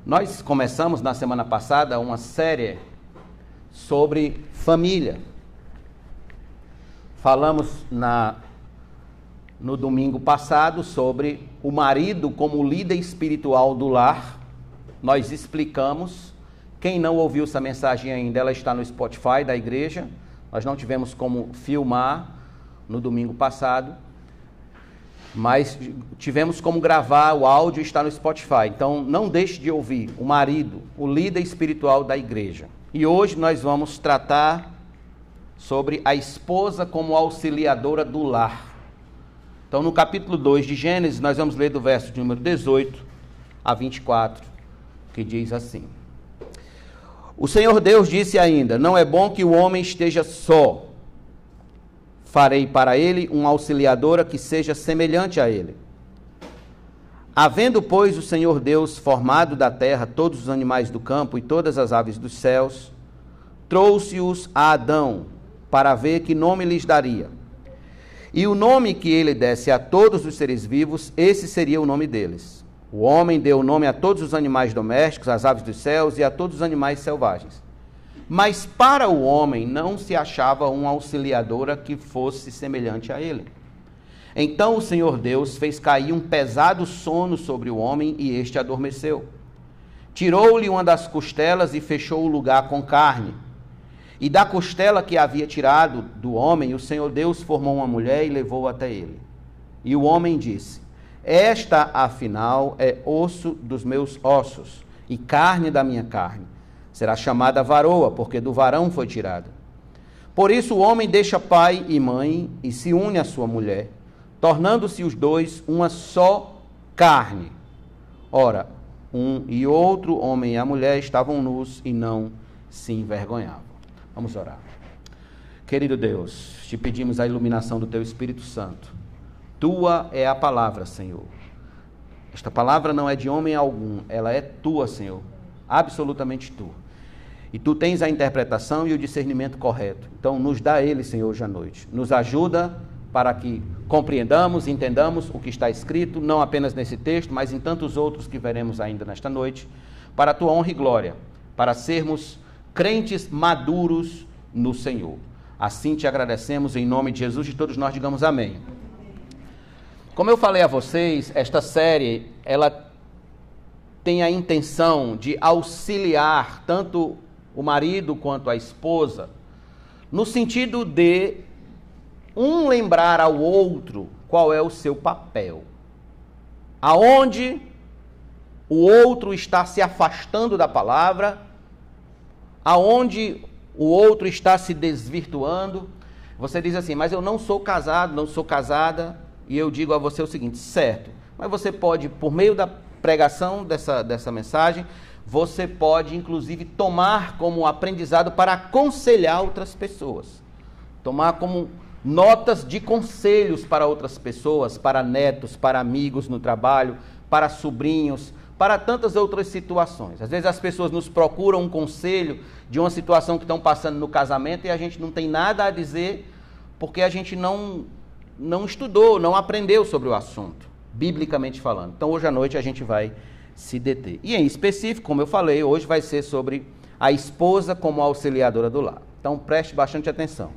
Nós começamos na semana passada uma série sobre família. Falamos no domingo passado sobre o marido como líder espiritual do lar. Nós explicamos. Quem não ouviu essa mensagem ainda, ela está no Spotify da igreja. Nós não tivemos como filmar no domingo passado, mas tivemos como gravar o áudio e está no Spotify. Então não deixe de ouvir o marido, o líder espiritual da igreja. E hoje nós vamos tratar sobre a esposa como auxiliadora do lar. Então no capítulo 2 de Gênesis, nós vamos ler do verso de número 18 a 24, que diz assim: O Senhor Deus disse ainda: Não é bom que o homem esteja só. Farei para ele uma auxiliadora que seja semelhante a ele. Havendo, pois, o Senhor Deus formado da terra todos os animais do campo e todas as aves dos céus, trouxe-os a Adão para ver que nome lhes daria. E o nome que ele desse a todos os seres vivos, esse seria o nome deles. O homem deu nome a todos os animais domésticos, às aves dos céus e a todos os animais selvagens. Mas para o homem não se achava uma auxiliadora que fosse semelhante a ele. Então o Senhor Deus fez cair um pesado sono sobre o homem e este adormeceu. Tirou-lhe uma das costelas e fechou o lugar com carne. E da costela que havia tirado do homem, o Senhor Deus formou uma mulher e levou-a até ele. E o homem disse: Esta, afinal, é osso dos meus ossos e carne da minha carne. Será chamada varoa, porque do varão foi tirada. Por isso o homem deixa pai e mãe e se une à sua mulher, tornando-se os dois uma só carne. Ora, um e outro, homem e a mulher, estavam nus e não se envergonhavam. Vamos orar. Querido Deus, te pedimos a iluminação do Teu Espírito Santo. Tua é a palavra, Senhor. Esta palavra não é de homem algum, ela é Tua, Senhor, absolutamente Tua. E Tu tens a interpretação e o discernimento correto. Então nos dá ele, Senhor, hoje à noite. Nos ajuda para que compreendamos, entendamos o que está escrito, não apenas nesse texto, mas em tantos outros que veremos ainda nesta noite, para a Tua honra e glória, para sermos crentes maduros no Senhor. Assim te agradecemos em nome de Jesus e todos nós digamos amém. Como eu falei a vocês, esta série, ela tem a intenção de auxiliar tanto o marido quanto a esposa, no sentido de um lembrar ao outro qual é o seu papel. Aonde o outro está se afastando da palavra, aonde o outro está se desvirtuando. Você diz assim: mas eu não sou casado, não sou casada. E eu digo a você o seguinte: certo, mas você pode, por meio da pregação dessa mensagem, você pode inclusive tomar como aprendizado para aconselhar outras pessoas, tomar como notas de conselhos para outras pessoas, para netos, para amigos no trabalho, para sobrinhos, para tantas outras situações. Às vezes as pessoas nos procuram um conselho de uma situação que estão passando no casamento e a gente não tem nada a dizer porque a gente não estudou, não aprendeu sobre o assunto, biblicamente falando. Então hoje à noite a gente vai se deter. E em específico, como eu falei, hoje vai ser sobre a esposa como auxiliadora do lar. Então preste bastante atenção.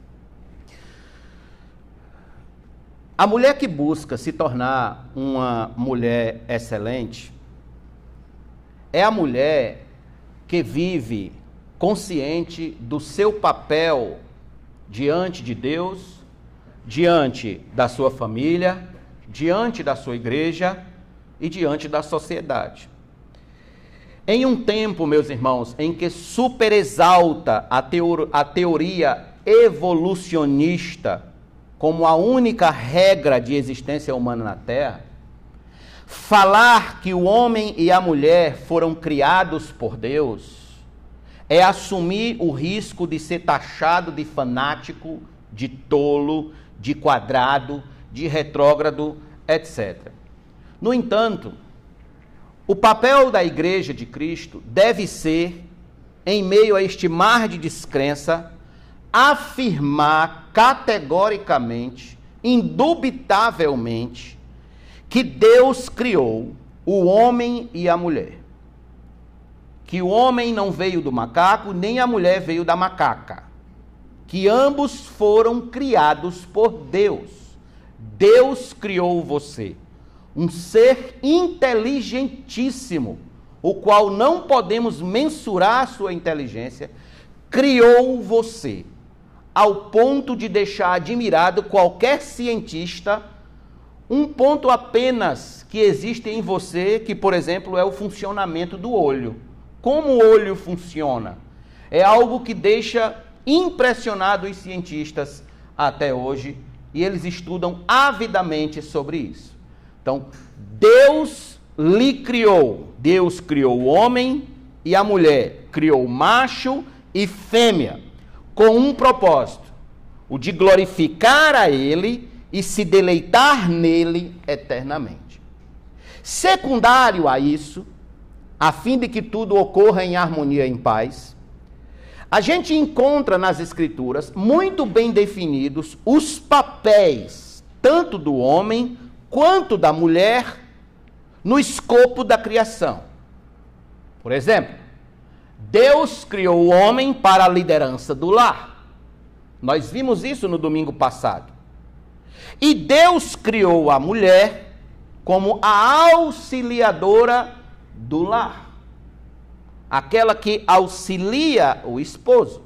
A mulher que busca se tornar uma mulher excelente é a mulher que vive consciente do seu papel diante de Deus, diante da sua família, diante da sua igreja e diante da sociedade. Em um tempo, meus irmãos, em que superexalta a teoria evolucionista como a única regra de existência humana na Terra, falar que o homem e a mulher foram criados por Deus é assumir o risco de ser taxado de fanático, de tolo, de quadrado, de retrógrado, etc. No entanto, o papel da Igreja de Cristo deve ser, em meio a este mar de descrença, afirmar categoricamente, indubitavelmente, que Deus criou o homem e a mulher. que o homem não veio do macaco, nem a mulher veio da macaca, que ambos foram criados por Deus. Deus criou você, um ser inteligentíssimo, o qual não podemos mensurar sua inteligência, criou você, ao ponto de deixar admirado qualquer cientista, um ponto apenas que existe em você, que, por exemplo, é o funcionamento do olho. Como o olho funciona? É algo que deixa impressionado os cientistas até hoje, e eles estudam avidamente sobre isso. Então, Deus lhe criou. Deus criou o homem e a mulher, criou o macho e fêmea, com um propósito, o de glorificar a Ele e se deleitar nele eternamente. Secundário a isso, a fim de que tudo ocorra em harmonia e em paz, a gente encontra nas Escrituras muito bem definidos os papéis, tanto do homem quanto da mulher, no escopo da criação. Por exemplo, Deus criou o homem para a liderança do lar. Nós vimos isso no domingo passado. E Deus criou a mulher como a auxiliadora do lar. Aquela que auxilia o esposo.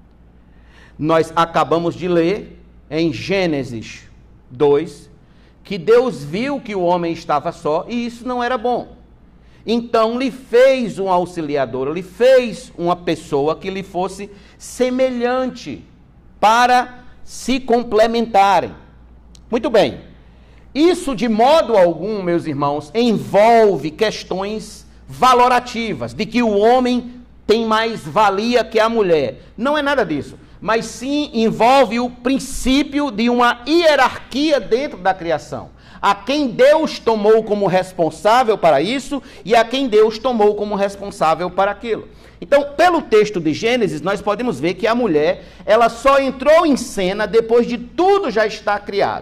Nós acabamos de ler em Gênesis 2, que Deus viu que o homem estava só e isso não era bom. Então lhe fez um auxiliador, lhe fez uma pessoa que lhe fosse semelhante para se complementarem. Muito bem. Isso de modo algum, meus irmãos, envolve questões valorativas, de que o homem tem mais valia que a mulher. Não é nada disso, mas sim envolve o princípio de uma hierarquia dentro da criação. A quem Deus tomou como responsável para isso e a quem Deus tomou como responsável para aquilo. Então, pelo texto de Gênesis, nós podemos ver que a mulher, ela só entrou em cena depois de tudo já estar criado.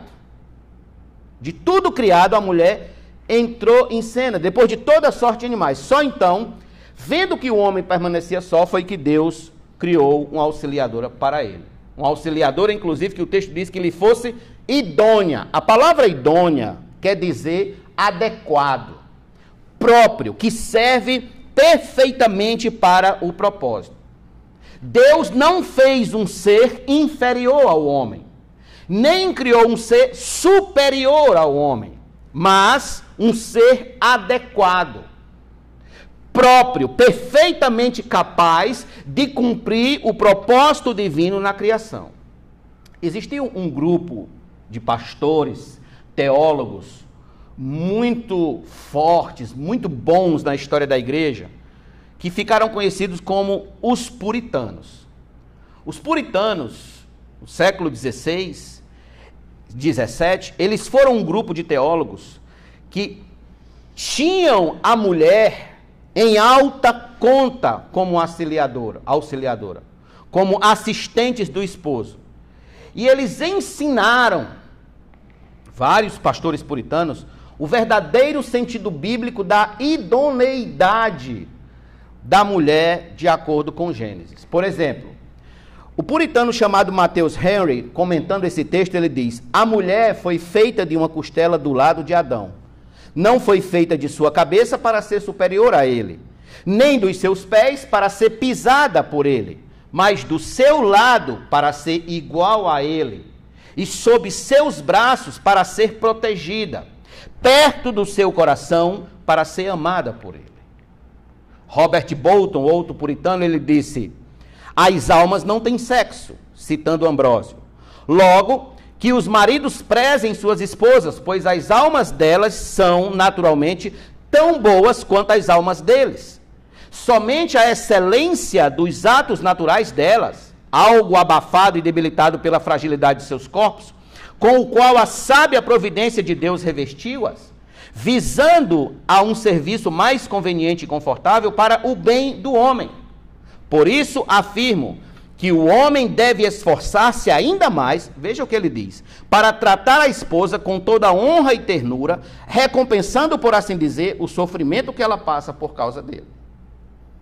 De tudo criado, a mulher entrou em cena, depois de toda sorte de animais. Só então, vendo que o homem permanecia só, foi que Deus criou uma auxiliadora para ele. Uma auxiliadora, inclusive, que o texto diz que lhe fosse idônea. A palavra idônea quer dizer adequado, próprio, que serve perfeitamente para o propósito. Deus não fez um ser inferior ao homem, nem criou um ser superior ao homem, mas um ser adequado, próprio, perfeitamente capaz de cumprir o propósito divino na criação. Existiu um grupo de pastores, teólogos, muito fortes, muito bons na história da igreja, que ficaram conhecidos como os puritanos. Os puritanos, no século XVI, XVII, eles foram um grupo de teólogos que tinham a mulher em alta conta como auxiliadora, como assistentes do esposo. E eles ensinaram, vários pastores puritanos, o verdadeiro sentido bíblico da idoneidade da mulher de acordo com Gênesis. Por exemplo, o puritano chamado Matthews Henry, comentando esse texto, ele diz: a mulher foi feita de uma costela do lado de Adão. Não foi feita de sua cabeça para ser superior a ele, nem dos seus pés para ser pisada por ele, mas do seu lado para ser igual a ele, e sob seus braços para ser protegida, perto do seu coração para ser amada por ele. Robert Bolton, outro puritano, ele disse: as almas não têm sexo, citando Ambrósio. Logo, que os maridos prezem suas esposas, pois as almas delas são, naturalmente, tão boas quanto as almas deles. Somente a excelência dos atos naturais delas, algo abafado e debilitado pela fragilidade de seus corpos, com o qual a sábia providência de Deus revestiu-as, visando a um serviço mais conveniente e confortável para o bem do homem. Por isso afirmo que o homem deve esforçar-se ainda mais, veja o que ele diz, para tratar a esposa com toda honra e ternura, recompensando, por assim dizer, o sofrimento que ela passa por causa dele. Então,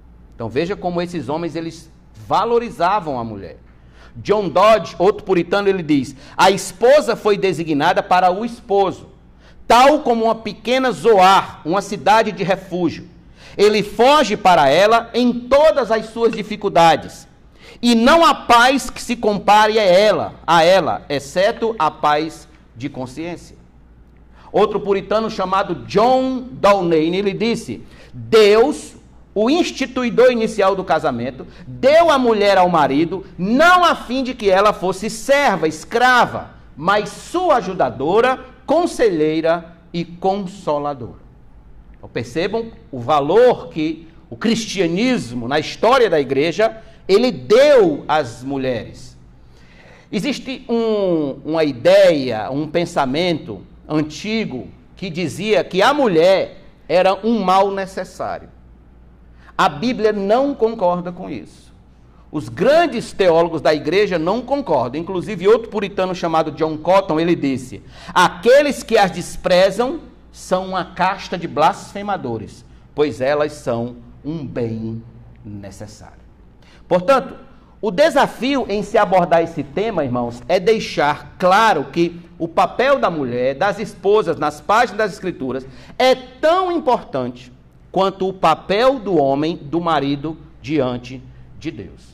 Então veja como esses homens, eles valorizavam a mulher. John Dodge, outro puritano, ele diz: a esposa foi designada para o esposo, tal como uma pequena Zoar, uma cidade de refúgio. Ele foge para ela em todas as suas dificuldades. E não há paz que se compare a ela, exceto a paz de consciência. Outro puritano chamado John Downey, ele disse: Deus, o instituidor inicial do casamento, deu a mulher ao marido, não a fim de que ela fosse serva, escrava, mas sua ajudadora, conselheira e consoladora. Então, percebam o valor que o cristianismo, na história da igreja, ele deu às mulheres. Existe uma ideia, um pensamento antigo que dizia que a mulher era um mal necessário. A Bíblia não concorda com isso. Os grandes teólogos da igreja não concordam. Inclusive, outro puritano chamado John Cotton, ele disse: aqueles que as desprezam são uma casta de blasfemadores, pois elas são um bem necessário. Portanto, o desafio em se abordar esse tema, irmãos, é deixar claro que o papel da mulher, das esposas, nas páginas das Escrituras, é tão importante quanto o papel do homem, do marido, diante de Deus.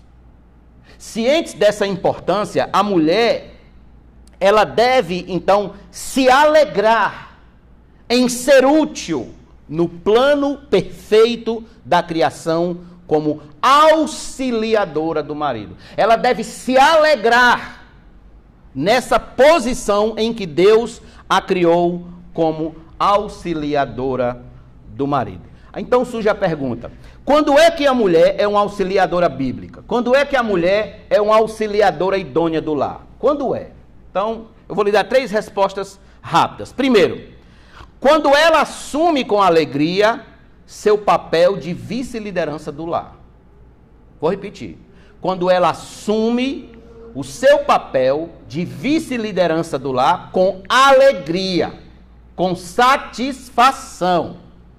Ciente dessa importância, a mulher, ela deve, então, se alegrar em ser útil no plano perfeito da criação como auxiliadora do marido. Ela deve se alegrar nessa posição em que Deus a criou como auxiliadora do marido. Então surge a pergunta: quando é que a mulher é uma auxiliadora bíblica? Quando é que a mulher é uma auxiliadora idônea do lar? Quando é? Então, eu vou lhe dar 3 respostas rápidas. Primeiro, quando ela assume com alegria seu papel de vice-liderança do lar. Vou repetir. Quando ela assume o seu papel de vice-liderança do lar com alegria, com satisfação.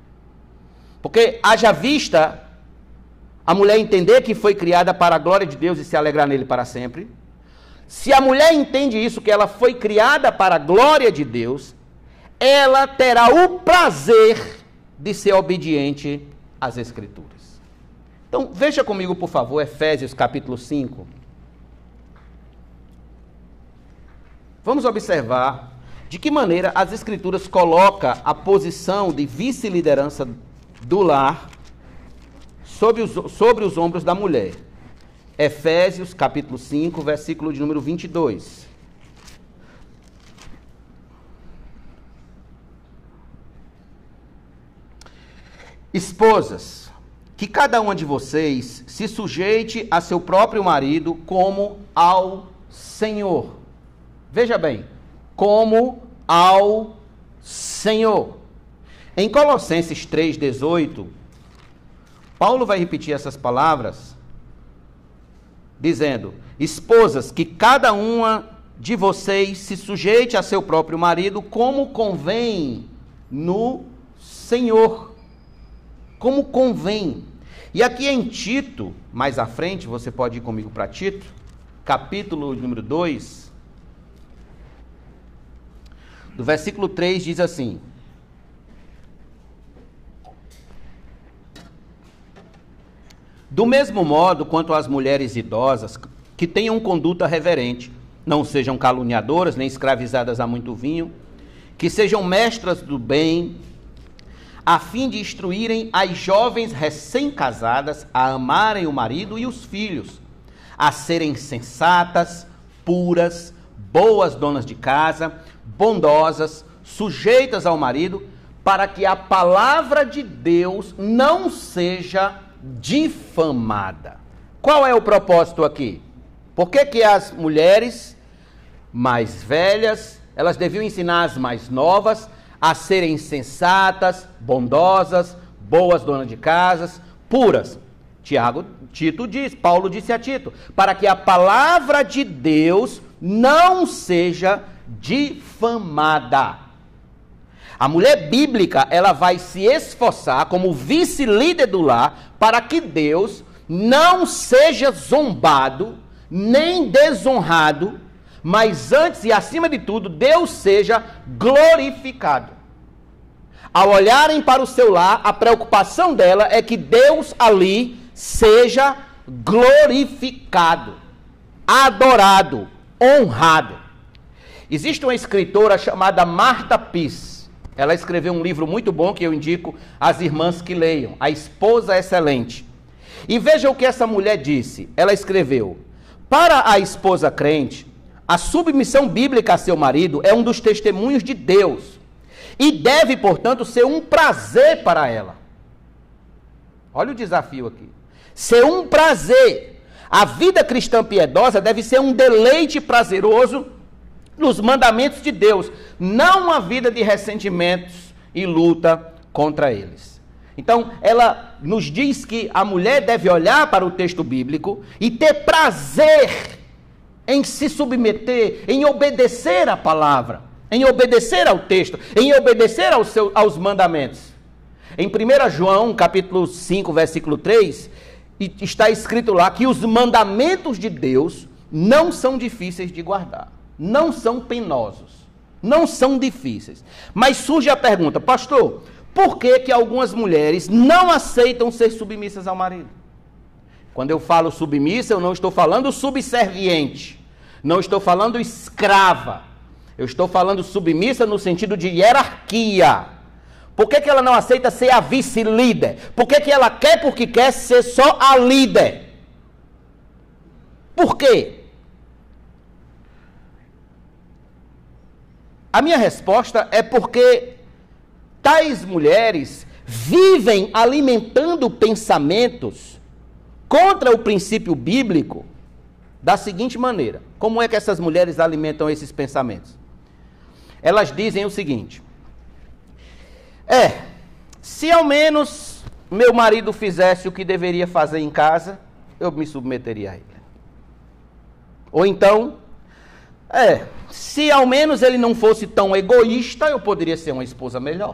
Porque haja vista a mulher entender que foi criada para a glória de Deus e se alegrar nele para sempre. Se a mulher entende isso, que ela foi criada para a glória de Deus, ela terá o prazer de ser obediente às Escrituras. Então, veja comigo, por favor, Efésios capítulo 5. Vamos observar de que maneira as Escrituras colocam a posição de vice-liderança do lar sobre os ombros da mulher. Efésios capítulo 5, versículo de número 22. Esposas, que cada uma de vocês se sujeite a seu próprio marido como ao Senhor. Veja bem, como ao Senhor. Em Colossenses 3,18, Paulo vai repetir essas palavras, dizendo: esposas, que cada uma de vocês se sujeite a seu próprio marido como convém no Senhor. Como convém. E aqui em Tito, mais à frente, você pode ir comigo para Tito, capítulo número 2, do versículo 3, diz assim: do mesmo modo quanto as mulheres idosas, que tenham conduta reverente, não sejam caluniadoras, nem escravizadas a muito vinho, que sejam mestras do bem, a fim de instruírem as jovens recém-casadas a amarem o marido e os filhos, a serem sensatas, puras, boas donas de casa, bondosas, sujeitas ao marido, para que a palavra de Deus não seja difamada. Qual é o propósito aqui? Por que as mulheres mais velhas, elas deviam ensinar as mais novas a serem sensatas, bondosas, boas donas de casas, puras? Tito diz, Paulo disse a Tito, para que a palavra de Deus não seja difamada. A mulher bíblica, ela vai se esforçar como vice-líder do lar para que Deus não seja zombado, nem desonrado, mas antes e acima de tudo, Deus seja glorificado. Ao olharem para o seu lar, a preocupação dela é que Deus ali seja glorificado, adorado, honrado. Existe uma escritora chamada Martha Peace. Ela escreveu um livro muito bom que eu indico às irmãs que leiam, A Esposa Excelente. E veja o que essa mulher disse. Ela escreveu: para a esposa crente, a submissão bíblica a seu marido é um dos testemunhos de Deus e deve, portanto, ser um prazer para ela. Olha o desafio aqui. Ser um prazer. A vida cristã piedosa deve ser um deleite prazeroso nos mandamentos de Deus, não uma vida de ressentimentos e luta contra eles. Então, ela nos diz que a mulher deve olhar para o texto bíblico e ter prazer em se submeter, em obedecer à palavra, em obedecer ao texto, em obedecer aos mandamentos. Em 1 João, capítulo 5, versículo 3, está escrito lá que os mandamentos de Deus não são difíceis de guardar, não são penosos, não são difíceis. Mas surge a pergunta: pastor, por que algumas mulheres não aceitam ser submissas ao marido? Quando eu falo submissa, eu não estou falando subserviente, não estou falando escrava, eu estou falando submissa no sentido de hierarquia. Por que ela não aceita ser a vice-líder? Por que ela quer, porque quer ser só a líder? Por quê? A minha resposta é porque tais mulheres vivem alimentando pensamentos contra o princípio bíblico da seguinte maneira. Como é que essas mulheres alimentam esses pensamentos? Elas dizem o seguinte: se ao menos meu marido fizesse o que deveria fazer em casa, eu me submeteria a ele. Ou então, se ao menos ele não fosse tão egoísta, eu poderia ser uma esposa melhor.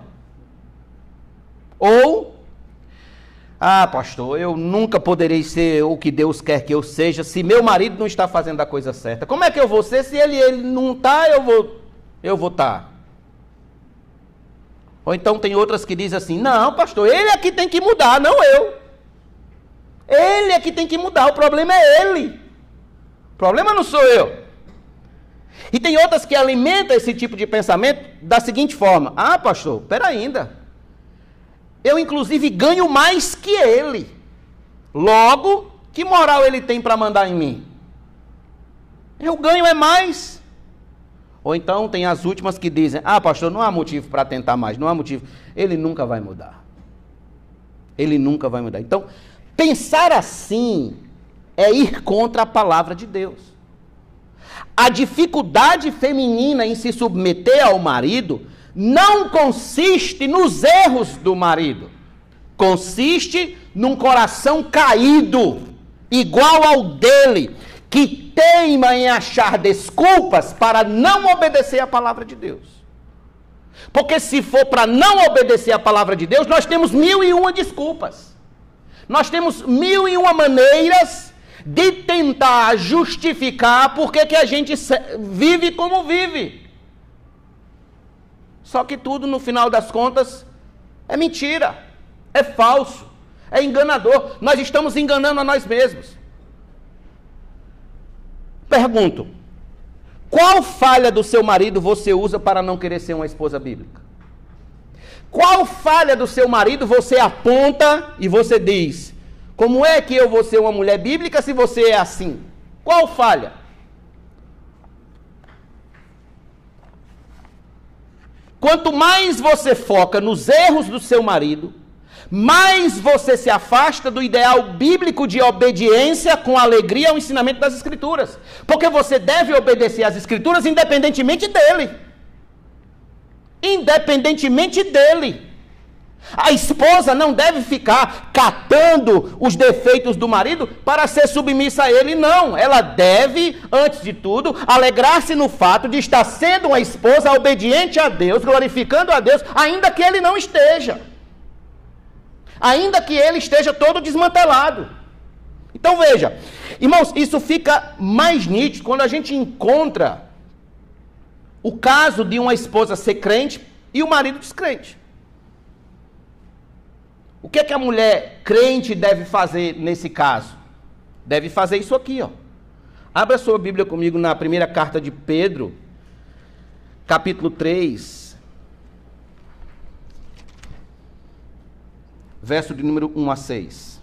Ou, pastor, eu nunca poderei ser o que Deus quer que eu seja se meu marido não está fazendo a coisa certa. Como é que eu vou ser se ele não está, eu vou estar? Ou então tem outras que dizem assim: não, pastor, ele é que tem que mudar, não eu. Ele é que tem que mudar, o problema é ele. O problema não sou eu. E tem outras que alimentam esse tipo de pensamento da seguinte forma: pastor, peraí ainda. Eu inclusive ganho mais que ele. Logo, que moral ele tem para mandar em mim? Eu ganho é mais. Ou então tem as últimas que dizem: pastor, não há motivo para tentar mais, não há motivo. Ele nunca vai mudar. Ele nunca vai mudar. Então, pensar assim é ir contra a palavra de Deus. A dificuldade feminina em se submeter ao marido não consiste nos erros do marido. Consiste num coração caído, igual ao dele, que teima em achar desculpas para não obedecer a palavra de Deus. Porque se for para não obedecer a palavra de Deus, nós temos 1001 desculpas. Nós temos 1001 maneiras de tentar justificar por que a gente vive como vive. Só que tudo, no final das contas, é mentira, é falso, é enganador. Nós estamos enganando a nós mesmos. Pergunto: qual falha do seu marido você usa para não querer ser uma esposa bíblica? Qual falha do seu marido você aponta e você diz: como é que eu vou ser uma mulher bíblica se você é assim? Qual falha? Quanto mais você foca nos erros do seu marido, mais você se afasta do ideal bíblico de obediência com alegria ao ensinamento das Escrituras. Porque você deve obedecer às Escrituras independentemente dele. Independentemente dele. A esposa não deve ficar catando os defeitos do marido para ser submissa a ele, não. Ela deve, antes de tudo, alegrar-se no fato de estar sendo uma esposa obediente a Deus, glorificando a Deus, ainda que ele não esteja. Ainda que ele esteja todo desmantelado. Então veja, irmãos, isso fica mais nítido quando a gente encontra o caso de uma esposa ser crente e o marido descrente. O que é que a mulher crente deve fazer nesse caso? Deve fazer isso aqui, ó. Abra sua Bíblia comigo na primeira carta de Pedro, capítulo 3, verso de número 1 a 6.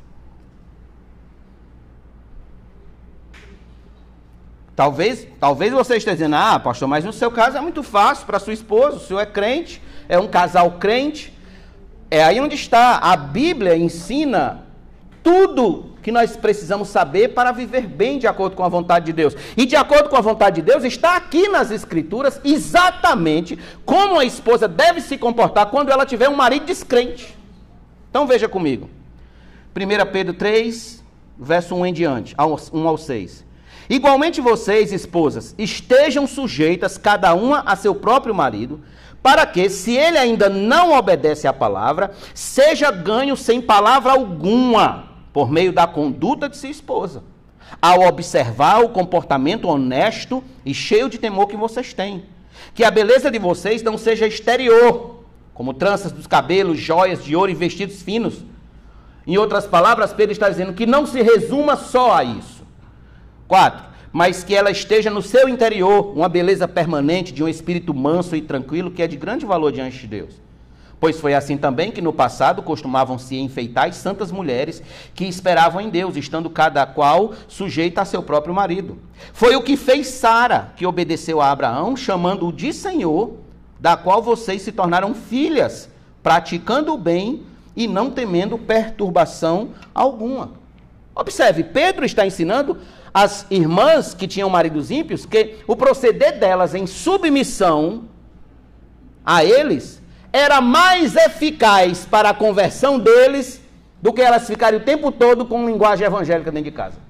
Talvez você esteja dizendo, pastor, mas no seu caso é muito fácil para sua esposa, o senhor é crente, é um casal crente. É aí onde está. A Bíblia ensina tudo que nós precisamos saber para viver bem de acordo com a vontade de Deus. E de acordo com a vontade de Deus, está aqui nas Escrituras exatamente como a esposa deve se comportar quando ela tiver um marido descrente. Então veja comigo. 1 Pedro 3, verso 1 em diante, 1 ao 6. Igualmente vocês, esposas, estejam sujeitas cada uma a seu próprio marido, para que, se ele ainda não obedece à palavra, seja ganho sem palavra alguma, por meio da conduta de sua esposa, ao observar o comportamento honesto e cheio de temor que vocês têm. Que a beleza de vocês não seja exterior, como tranças dos cabelos, joias de ouro e vestidos finos. Em outras palavras, Pedro está dizendo que não se resuma só a isso. 4. Mas que ela esteja no seu interior, uma beleza permanente de um espírito manso e tranquilo, que é de grande valor diante de Deus. Pois foi assim também que no passado costumavam se enfeitar as santas mulheres que esperavam em Deus, estando cada qual sujeita a seu próprio marido. Foi o que fez Sara, que obedeceu a Abraão, chamando-o de Senhor, da qual vocês se tornaram filhas, praticando o bem e não temendo perturbação alguma. Observe, Pedro está ensinando as irmãs que tinham maridos ímpios que o proceder delas em submissão a eles era mais eficaz para a conversão deles do que elas ficarem o tempo todo com linguagem evangélica dentro de casa.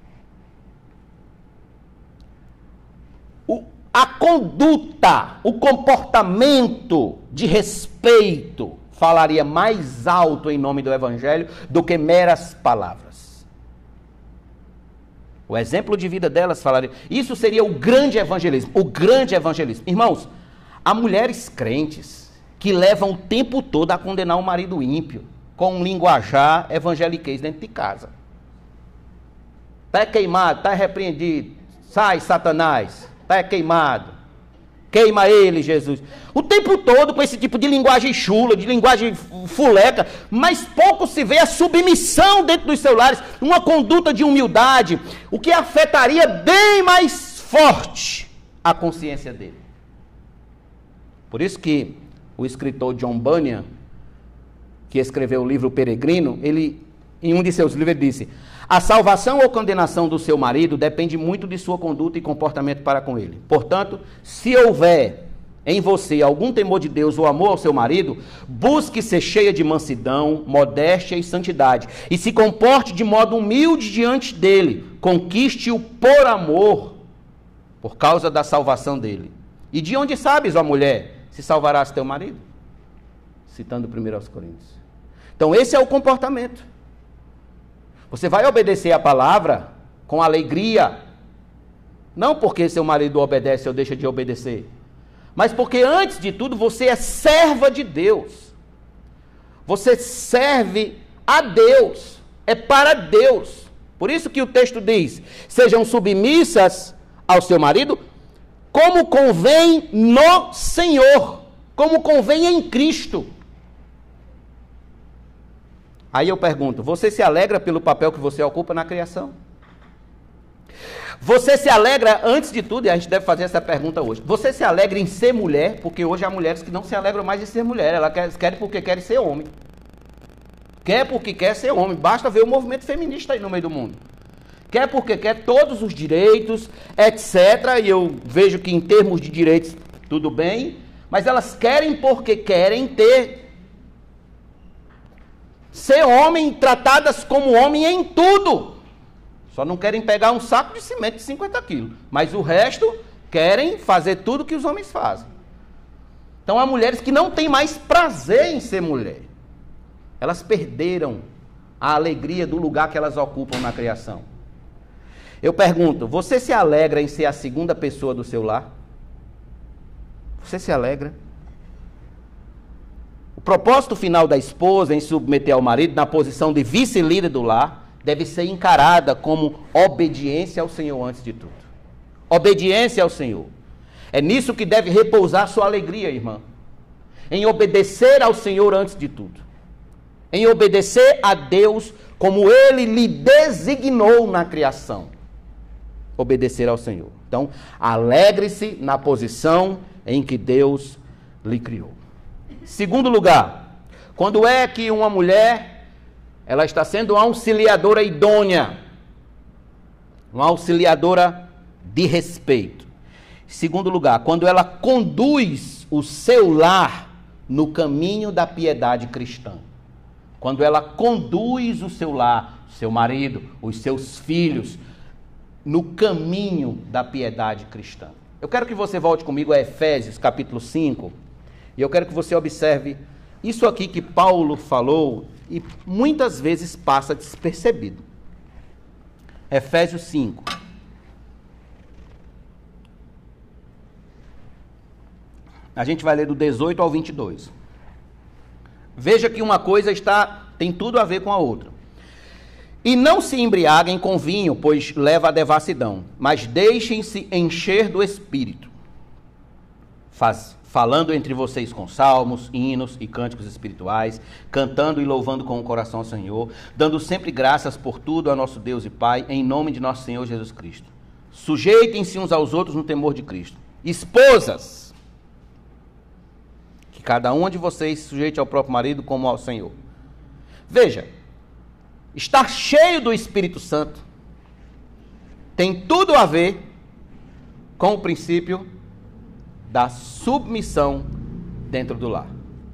A conduta, o comportamento de respeito falaria mais alto em nome do evangelho do que meras palavras. O exemplo de vida delas falaria. Isso seria o grande evangelismo. O grande evangelismo. Irmãos, há mulheres crentes que levam o tempo todo a condenar o marido ímpio com um linguajar evangeliquez dentro de casa. Está queimado, está repreendido. Sai, Satanás. Está queimado. Queima ele, Jesus. O tempo todo com esse tipo de linguagem chula, de linguagem fuleca, mas pouco se vê a submissão dentro dos seus lares, uma conduta de humildade, o que afetaria bem mais forte a consciência dele. Por isso que o escritor John Bunyan, que escreveu o livro Peregrino, ele, em um de seus livros, ele disse: a salvação ou condenação do seu marido depende muito de sua conduta e comportamento para com ele. Portanto, se houver em você algum temor de Deus ou amor ao seu marido, busque ser cheia de mansidão, modéstia e santidade, e se comporte de modo humilde diante dele. Conquiste-o por amor, por causa da salvação dele. E de onde sabes, ó mulher, se salvarás teu marido? Citando 1 Coríntios. Então esse é o comportamento. Você vai obedecer a palavra com alegria, não porque seu marido obedece ou deixa de obedecer, mas porque antes de tudo você é serva de Deus. Você serve a Deus, é para Deus. Por isso que o texto diz: sejam submissas ao seu marido, como convém no Senhor, como convém em Cristo. Aí eu pergunto, você se alegra pelo papel que você ocupa na criação? Você se alegra, antes de tudo, e a gente deve fazer essa pergunta hoje, você se alegra em ser mulher? Porque hoje há mulheres que não se alegram mais em ser mulher, elas querem porque querem ser homem. Quer porque quer ser homem, basta ver o movimento feminista aí no meio do mundo. Quer porque quer todos os direitos, etc. E eu vejo que em termos de direitos, tudo bem, mas elas querem porque querem ter ser homem, tratadas como homem em tudo. Só não querem pegar um saco de cimento de 50 quilos. Mas o resto querem fazer tudo que os homens fazem. Então há mulheres que não têm mais prazer em ser mulher. Elas perderam a alegria do lugar que elas ocupam na criação. Eu pergunto, você se alegra em ser a segunda pessoa do seu lar? Você se alegra? O propósito final da esposa em submeter ao marido na posição de vice-líder do lar deve ser encarada como obediência ao Senhor antes de tudo. Obediência ao Senhor. É nisso que deve repousar sua alegria, irmã. Em obedecer ao Senhor antes de tudo. Em obedecer a Deus como Ele lhe designou na criação. Obedecer ao Senhor. Então, alegre-se na posição em que Deus lhe criou. Segundo lugar, quando é que uma mulher ela está sendo uma auxiliadora idônea, uma auxiliadora de respeito. Segundo lugar, quando ela conduz o seu lar no caminho da piedade cristã. Quando ela conduz o seu lar, o seu marido, os seus filhos, no caminho da piedade cristã. Eu quero que você volte comigo a Efésios capítulo 5, e eu quero que você observe isso aqui que Paulo falou e muitas vezes passa despercebido. Efésios 5. A gente vai ler do 18 ao 22. Veja que uma coisa tem tudo a ver com a outra. E não se embriaguem com vinho, pois leva à devassidão, mas deixem-se encher do Espírito, falando entre vocês com salmos, hinos e cânticos espirituais, cantando e louvando com o coração ao Senhor, dando sempre graças por tudo a nosso Deus e Pai, em nome de nosso Senhor Jesus Cristo. Sujeitem-se uns aos outros no temor de Cristo. Esposas, que cada um de vocês se sujeite ao próprio marido como ao Senhor. Veja, estar cheio do Espírito Santo tem tudo a ver com o princípio da submissão dentro do lar.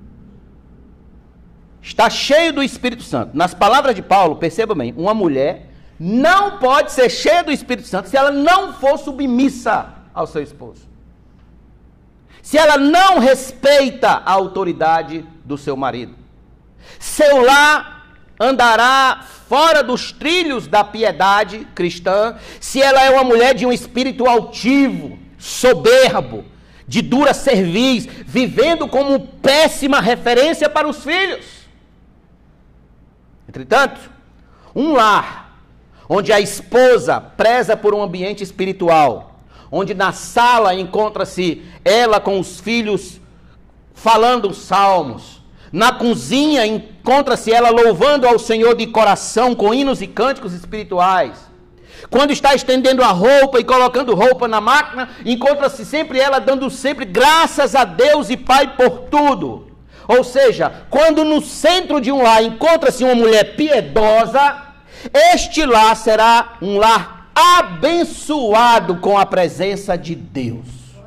Está cheio do Espírito Santo. Nas palavras de Paulo, perceba bem, uma mulher não pode ser cheia do Espírito Santo se ela não for submissa ao seu esposo. Se ela não respeita a autoridade do seu marido. Seu lar andará fora dos trilhos da piedade cristã se ela é uma mulher de um espírito altivo, soberbo, de dura cerviz, vivendo como péssima referência para os filhos. Entretanto, um lar onde a esposa preza por um ambiente espiritual, onde na sala encontra-se ela com os filhos falando salmos, na cozinha encontra-se ela louvando ao Senhor de coração com hinos e cânticos espirituais. Quando está estendendo a roupa e colocando roupa na máquina, encontra-se sempre ela dando sempre graças a Deus e Pai por tudo. Ou seja, quando no centro de um lar encontra-se uma mulher piedosa, este lar será um lar abençoado com a presença de Deus.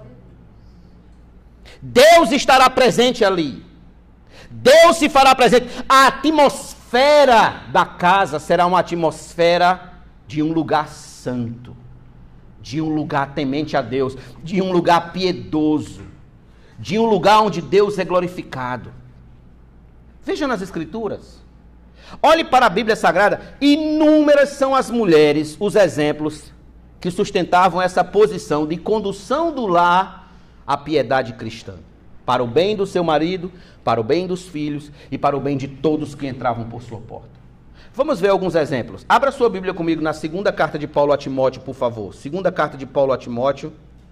Deus estará presente ali. Deus se fará presente. A atmosfera da casa será uma atmosfera de um lugar santo, de um lugar temente a Deus, de um lugar piedoso, de um lugar onde Deus é glorificado. Veja nas Escrituras. Olhe para a Bíblia Sagrada. Inúmeras são as mulheres, os exemplos que sustentavam essa posição de condução do lar à piedade cristã, para o bem do seu marido, para o bem dos filhos e para o bem de todos que entravam por sua porta. Vamos ver alguns exemplos. Abra sua Bíblia comigo na segunda carta de Paulo a Timóteo, por favor. Segunda carta de Paulo a Timóteo,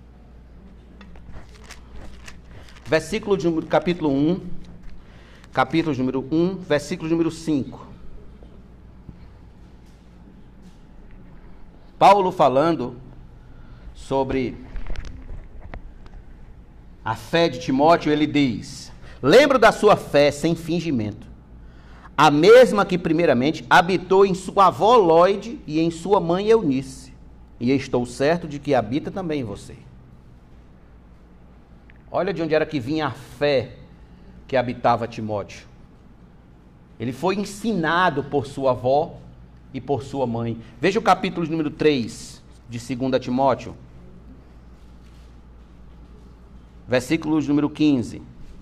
capítulo número 1, versículo número 5. Paulo falando sobre a fé de Timóteo, ele diz: lembro da sua fé sem fingimento, a mesma que primeiramente habitou em sua avó Lóide e em sua mãe Eunice, e estou certo de que habita também em você. Olha de onde era que vinha a fé que habitava Timóteo. Ele foi ensinado por sua avó e por sua mãe. Veja o capítulo número 3 de 2 Timóteo. Versículos número 15.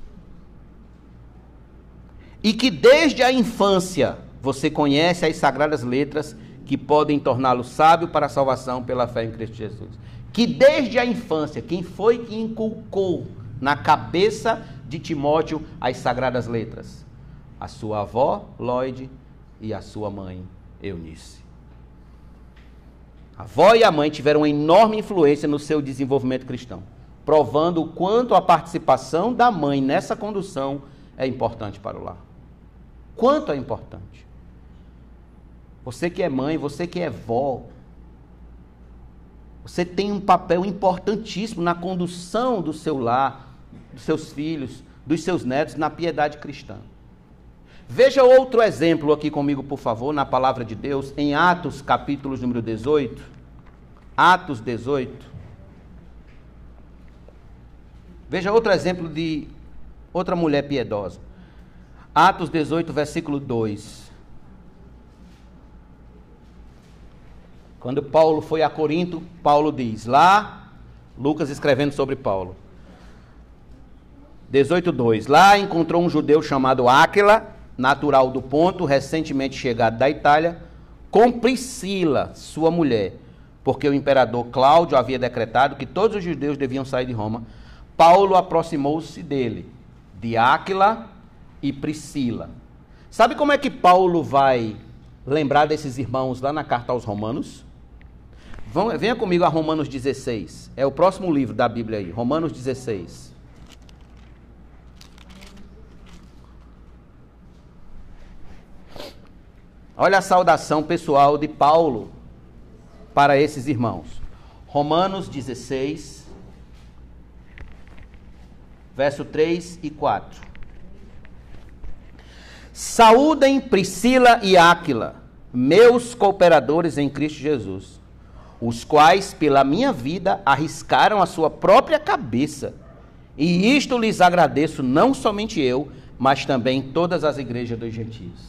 E que desde a infância você conhece as sagradas letras que podem torná-lo sábio para a salvação pela fé em Cristo Jesus. Que desde a infância, quem foi que inculcou na cabeça de Timóteo as sagradas letras? A sua avó, Lloyd, e a sua mãe, Eunice. A avó e a mãe tiveram uma enorme influência no seu desenvolvimento cristão, provando o quanto a participação da mãe nessa condução é importante para o lar. Quanto é importante. Você que é mãe, você que é vó, você tem um papel importantíssimo na condução do seu lar, dos seus filhos, dos seus netos na piedade cristã. Veja outro exemplo aqui comigo, por favor, na palavra de Deus, em Atos, capítulo número 18. Atos 18. Veja outro exemplo de outra mulher piedosa. Atos 18, versículo 2. Quando Paulo foi a Corinto, Paulo diz, lá, Lucas escrevendo sobre Paulo. 18:2. Lá encontrou um judeu chamado Áquila, natural do Ponto, recentemente chegado da Itália, com Priscila, sua mulher, porque o imperador Cláudio havia decretado que todos os judeus deviam sair de Roma. Paulo aproximou-se dele, de Áquila e Priscila. Sabe como é que Paulo vai lembrar desses irmãos lá na carta aos Romanos? Venha comigo a Romanos 16. É o próximo livro da Bíblia aí, Romanos 16. Olha a saudação pessoal de Paulo para esses irmãos. Romanos 16, verso 3 e 4. Saúdem Priscila e Áquila, meus cooperadores em Cristo Jesus, os quais pela minha vida arriscaram a sua própria cabeça, e isto lhes agradeço não somente eu, mas também todas as igrejas dos gentios.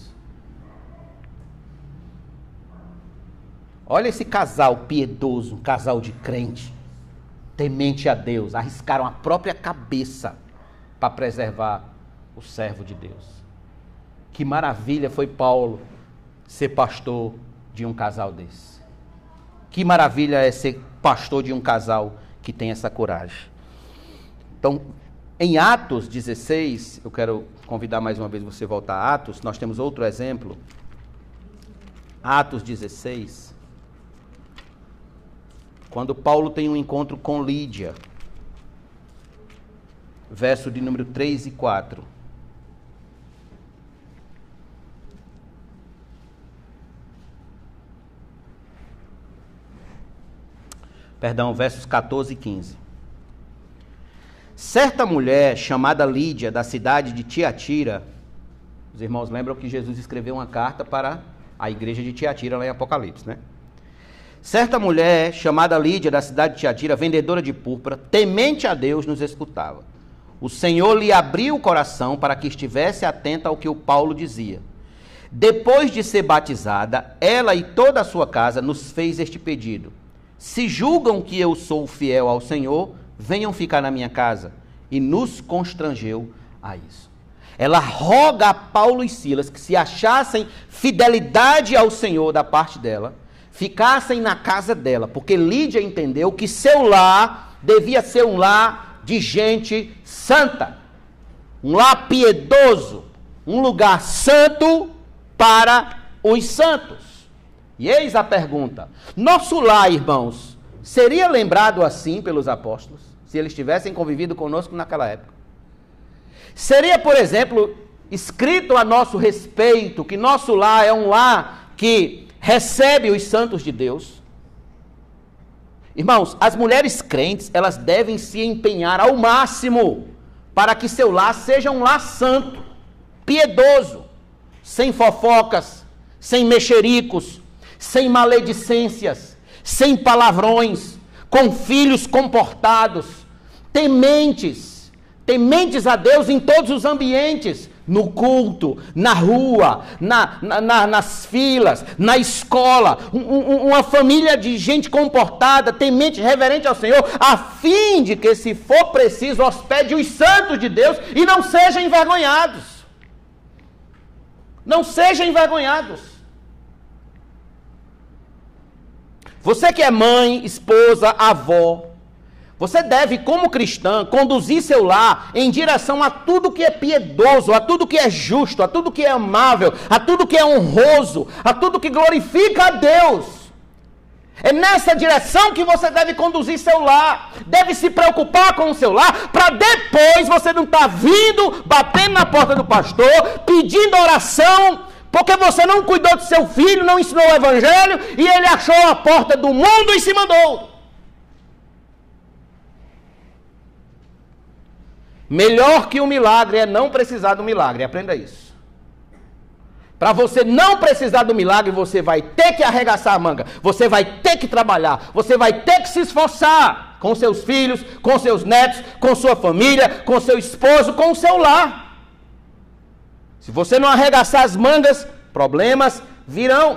Olha esse casal piedoso, um casal de crente, temente a Deus, arriscaram a própria cabeça para preservar o servo de Deus. Que maravilha foi Paulo ser pastor de um casal desse. Que maravilha é ser pastor de um casal que tem essa coragem. Então, em Atos 16, eu quero convidar mais uma vez você a voltar a Atos, nós temos outro exemplo. Atos 16. Quando Paulo tem um encontro com Lídia, verso de número 3 e 4. Perdão, versos 14 e 15. Certa mulher chamada Lídia, da cidade de Tiatira, os irmãos lembram que Jesus escreveu uma carta para a igreja de Tiatira, lá em Apocalipse, né? Certa mulher chamada Lídia, da cidade de Tiatira, vendedora de púrpura, temente a Deus, nos escutava. O Senhor lhe abriu o coração para que estivesse atenta ao que o Paulo dizia. Depois de ser batizada, ela e toda a sua casa nos fez este pedido: se julgam que eu sou fiel ao Senhor, venham ficar na minha casa. E nos constrangeu a isso. Ela roga a Paulo e Silas que, se achassem fidelidade ao Senhor da parte dela, ficassem na casa dela, porque Lídia entendeu que seu lar devia ser um lar de gente santa, um lar piedoso, um lugar santo para os santos. E eis a pergunta: nosso lar, irmãos, seria lembrado assim pelos apóstolos, se eles tivessem convivido conosco naquela época? Seria, por exemplo, escrito a nosso respeito que nosso lar é um lar que recebe os santos de Deus? Irmãos, as mulheres crentes, elas devem se empenhar ao máximo para que seu lar seja um lar santo, piedoso, sem fofocas, sem mexericos, sem maledicências, sem palavrões, com filhos comportados, tementes a Deus em todos os ambientes, no culto, na rua, nas filas, na escola, uma família de gente comportada, temente, reverente ao Senhor, a fim de que, se for preciso, hospede os santos de Deus e não sejam envergonhados. Não sejam envergonhados. Você que é mãe, esposa, avó, você deve, como cristã, conduzir seu lar em direção a tudo que é piedoso, a tudo que é justo, a tudo que é amável, a tudo que é honroso, a tudo que glorifica a Deus. É nessa direção que você deve conduzir seu lar. Deve se preocupar com o seu lar, para depois você não estar vindo, batendo na porta do pastor, pedindo oração, porque você não cuidou do seu filho, não ensinou o evangelho, e ele achou a porta do mundo e se mandou. Melhor que o milagre é não precisar do milagre. Aprenda isso. Para você não precisar do milagre, você vai ter que arregaçar a manga. Você vai ter que trabalhar. Você vai ter que se esforçar com seus filhos, com seus netos, com sua família, com seu esposo, com o seu lar. Se você não arregaçar as mangas, problemas virão.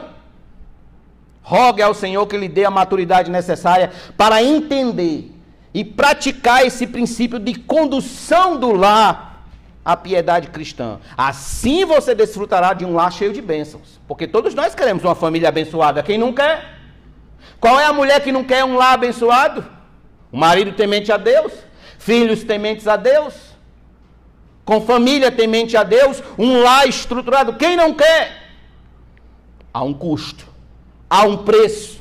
Rogue ao Senhor que lhe dê a maturidade necessária para entender e praticar esse princípio de condução do lar à piedade cristã. Assim você desfrutará de um lar cheio de bênçãos. Porque todos nós queremos uma família abençoada. Quem não quer? Qual é a mulher que não quer um lar abençoado? Um marido temente a Deus, filhos tementes a Deus, com família temente a Deus, um lar estruturado. Quem não quer? Há um custo, há um preço.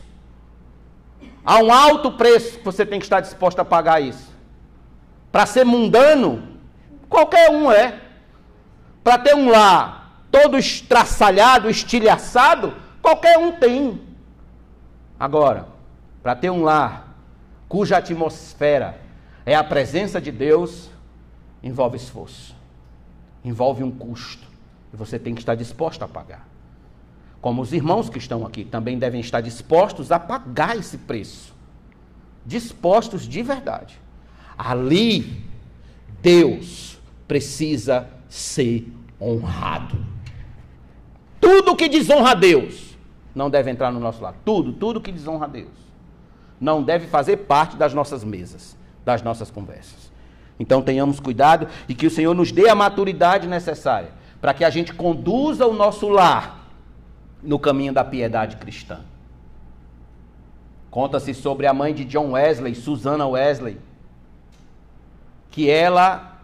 Há um alto preço que você tem que estar disposto a pagar isso. Para ser mundano, qualquer um é. Para ter um lar todo estraçalhado, estilhaçado, qualquer um tem. Agora, para ter um lar cuja atmosfera é a presença de Deus, envolve esforço, envolve um custo, e você tem que estar disposto a pagar. Como os irmãos que estão aqui também devem estar dispostos a pagar esse preço. Dispostos de verdade. Ali, Deus precisa ser honrado. Tudo que desonra a Deus não deve entrar no nosso lar. Tudo que desonra a Deus não deve fazer parte das nossas mesas, das nossas conversas. Então tenhamos cuidado e que o Senhor nos dê a maturidade necessária para que a gente conduza o nosso lar no caminho da piedade cristã. Conta-se sobre a mãe de John Wesley, Susana Wesley, que ela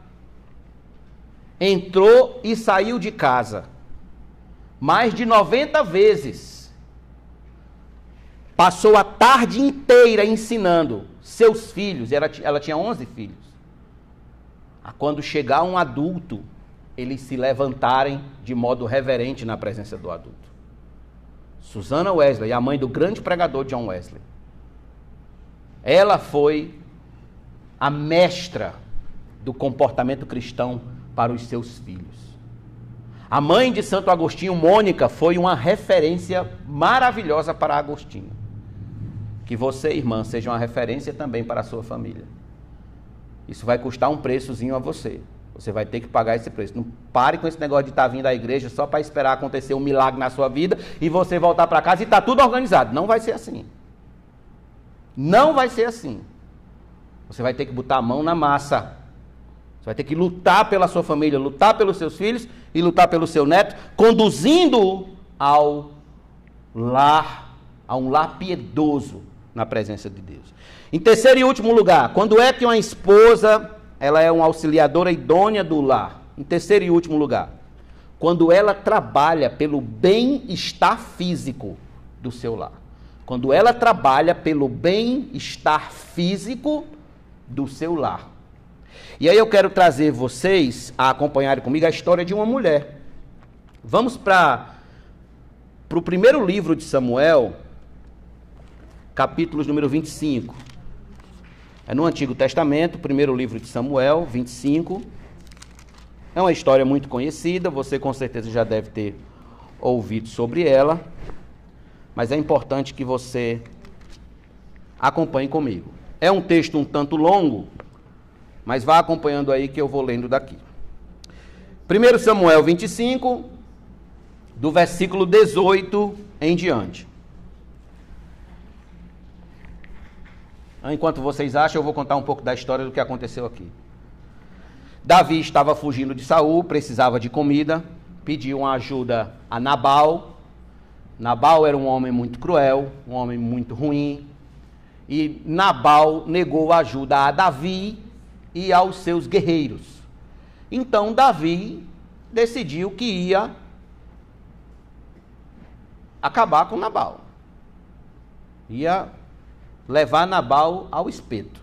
entrou e saiu de casa mais de 90 vezes. Passou a tarde inteira ensinando seus filhos, ela tinha 11 filhos, a quando chegar um adulto, eles se levantarem de modo reverente na presença do adulto. Susana Wesley, a mãe do grande pregador John Wesley, ela foi a mestra do comportamento cristão para os seus filhos. A mãe de Santo Agostinho, Mônica, foi uma referência maravilhosa para Agostinho. Que você, irmã, seja uma referência também para a sua família. Isso vai custar um preçozinho a você. Você vai ter que pagar esse preço. Não pare com esse negócio de estar vindo à igreja só para esperar acontecer um milagre na sua vida e você voltar para casa e está tudo organizado. Não vai ser assim. Não vai ser assim. Você vai ter que botar a mão na massa. Você vai ter que lutar pela sua família, lutar pelos seus filhos e lutar pelo seu neto, conduzindo-o ao lar, a um lar piedoso na presença de Deus. Em terceiro e último lugar, quando é que uma esposa, ela é uma auxiliadora idônea do lar? Em terceiro e último lugar, quando ela trabalha pelo bem-estar físico do seu lar. Quando ela trabalha pelo bem-estar físico do seu lar. E aí eu quero trazer vocês a acompanharem comigo a história de uma mulher. Vamos para o primeiro livro de Samuel, capítulos número 25. É no Antigo Testamento, primeiro livro de Samuel, 25. É uma história muito conhecida, você com certeza já deve ter ouvido sobre ela, mas é importante que você acompanhe comigo. É um texto um tanto longo, mas vá acompanhando aí que eu vou lendo daqui. 1 Samuel 25, do versículo 18 em diante. Enquanto vocês acham, eu vou contar um pouco da história do que aconteceu aqui. Davi estava fugindo de Saul, precisava de comida, pediu uma ajuda a Nabal. Nabal era um homem muito cruel, um homem muito ruim, e Nabal negou ajuda a Davi e aos seus guerreiros. Então Davi decidiu que ia acabar com Nabal. Ia levar Nabal ao espeto.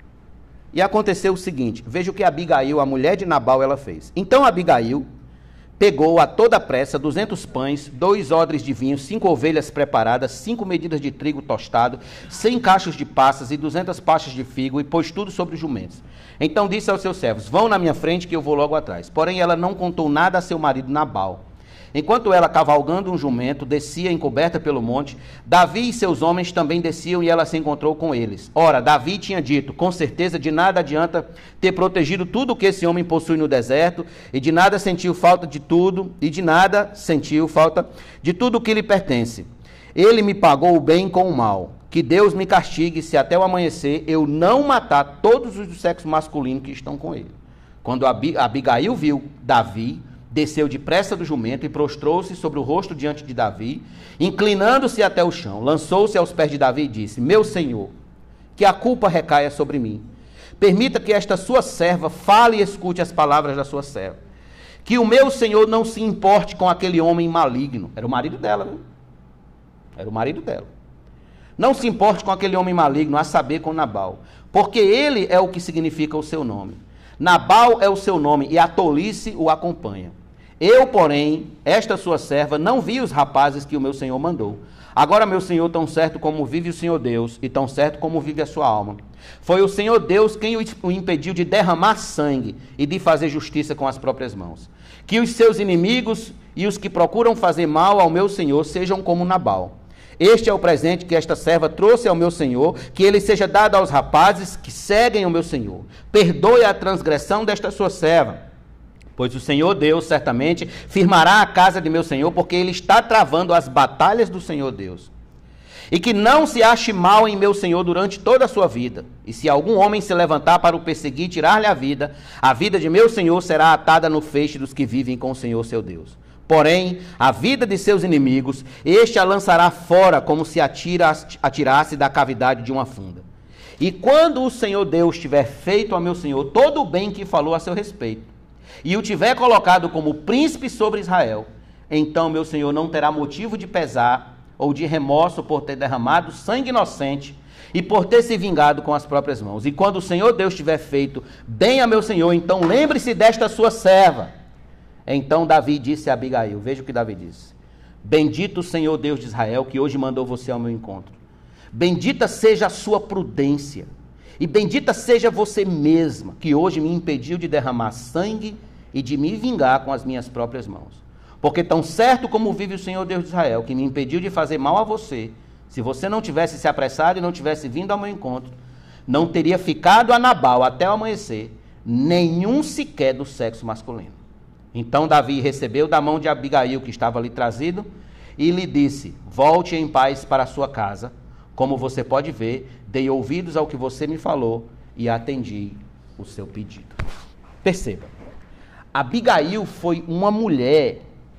E aconteceu o seguinte, veja o que Abigail, a mulher de Nabal, ela fez. Então Abigail pegou a toda pressa 200 pães, 2 odres de vinho, 5 ovelhas preparadas, 5 medidas de trigo tostado, 100 cachos de passas e 200 pastas de figo, e pôs tudo sobre os jumentos. Então disse aos seus servos, vão na minha frente que eu vou logo atrás. Porém ela não contou nada a seu marido Nabal. Enquanto ela, cavalgando um jumento, descia encoberta pelo monte, Davi e seus homens também desciam e ela se encontrou com eles. Ora, Davi tinha dito, com certeza de nada adianta ter protegido tudo o que esse homem possui no deserto, e de nada sentiu falta de tudo, e de nada sentiu falta de tudo o que lhe pertence. Ele me pagou o bem com o mal. Que Deus me castigue se até o amanhecer eu não matar todos os do sexo masculino que estão com ele. Quando Abigail viu Davi, desceu depressa do jumento e prostrou-se sobre o rosto diante de Davi, inclinando-se até o chão, lançou-se aos pés de Davi e disse, meu senhor, que a culpa recaia sobre mim. Permita que esta sua serva fale e escute as palavras da sua serva. Que o meu senhor não se importe com aquele homem maligno. Era o marido dela, viu? Era o marido dela. Não se importe com aquele homem maligno, a saber, com Nabal, porque ele é o que significa o seu nome. Nabal é o seu nome e a tolice o acompanha. Eu, porém, esta sua serva, não vi os rapazes que o meu senhor mandou. Agora, meu senhor, tão certo como vive o Senhor Deus, e tão certo como vive a sua alma, foi o Senhor Deus quem o impediu de derramar sangue e de fazer justiça com as próprias mãos. Que os seus inimigos e os que procuram fazer mal ao meu senhor sejam como Nabal. Este é o presente que esta serva trouxe ao meu senhor, que ele seja dado aos rapazes que seguem o meu senhor. Perdoe a transgressão desta sua serva, pois o Senhor Deus certamente firmará a casa de meu senhor, porque ele está travando as batalhas do Senhor Deus. E que não se ache mal em meu senhor durante toda a sua vida. E se algum homem se levantar para o perseguir e tirar-lhe a vida de meu senhor será atada no feixe dos que vivem com o Senhor seu Deus. Porém, a vida de seus inimigos, este a lançará fora como se atirasse da cavidade de uma funda. E quando o Senhor Deus tiver feito a meu senhor todo o bem que falou a seu respeito, e o tiver colocado como príncipe sobre Israel, então meu senhor não terá motivo de pesar ou de remorso por ter derramado sangue inocente e por ter se vingado com as próprias mãos. E quando o Senhor Deus tiver feito bem a meu senhor, então lembre-se desta sua serva. Então Davi disse a Abigail, veja o que Davi disse, bendito o Senhor Deus de Israel, que hoje mandou você ao meu encontro. Bendita seja a sua prudência, e bendita seja você mesma, que hoje me impediu de derramar sangue e de me vingar com as minhas próprias mãos. Porque tão certo como vive o Senhor Deus de Israel, que me impediu de fazer mal a você, se você não tivesse se apressado e não tivesse vindo ao meu encontro, não teria ficado a Nabal até o amanhecer, nenhum sequer do sexo masculino. Então Davi recebeu da mão de Abigail, que estava ali trazido, e lhe disse, volte em paz para a sua casa. Como você pode ver, dei ouvidos ao que você me falou e atendi o seu pedido. Perceba, Abigail foi uma mulher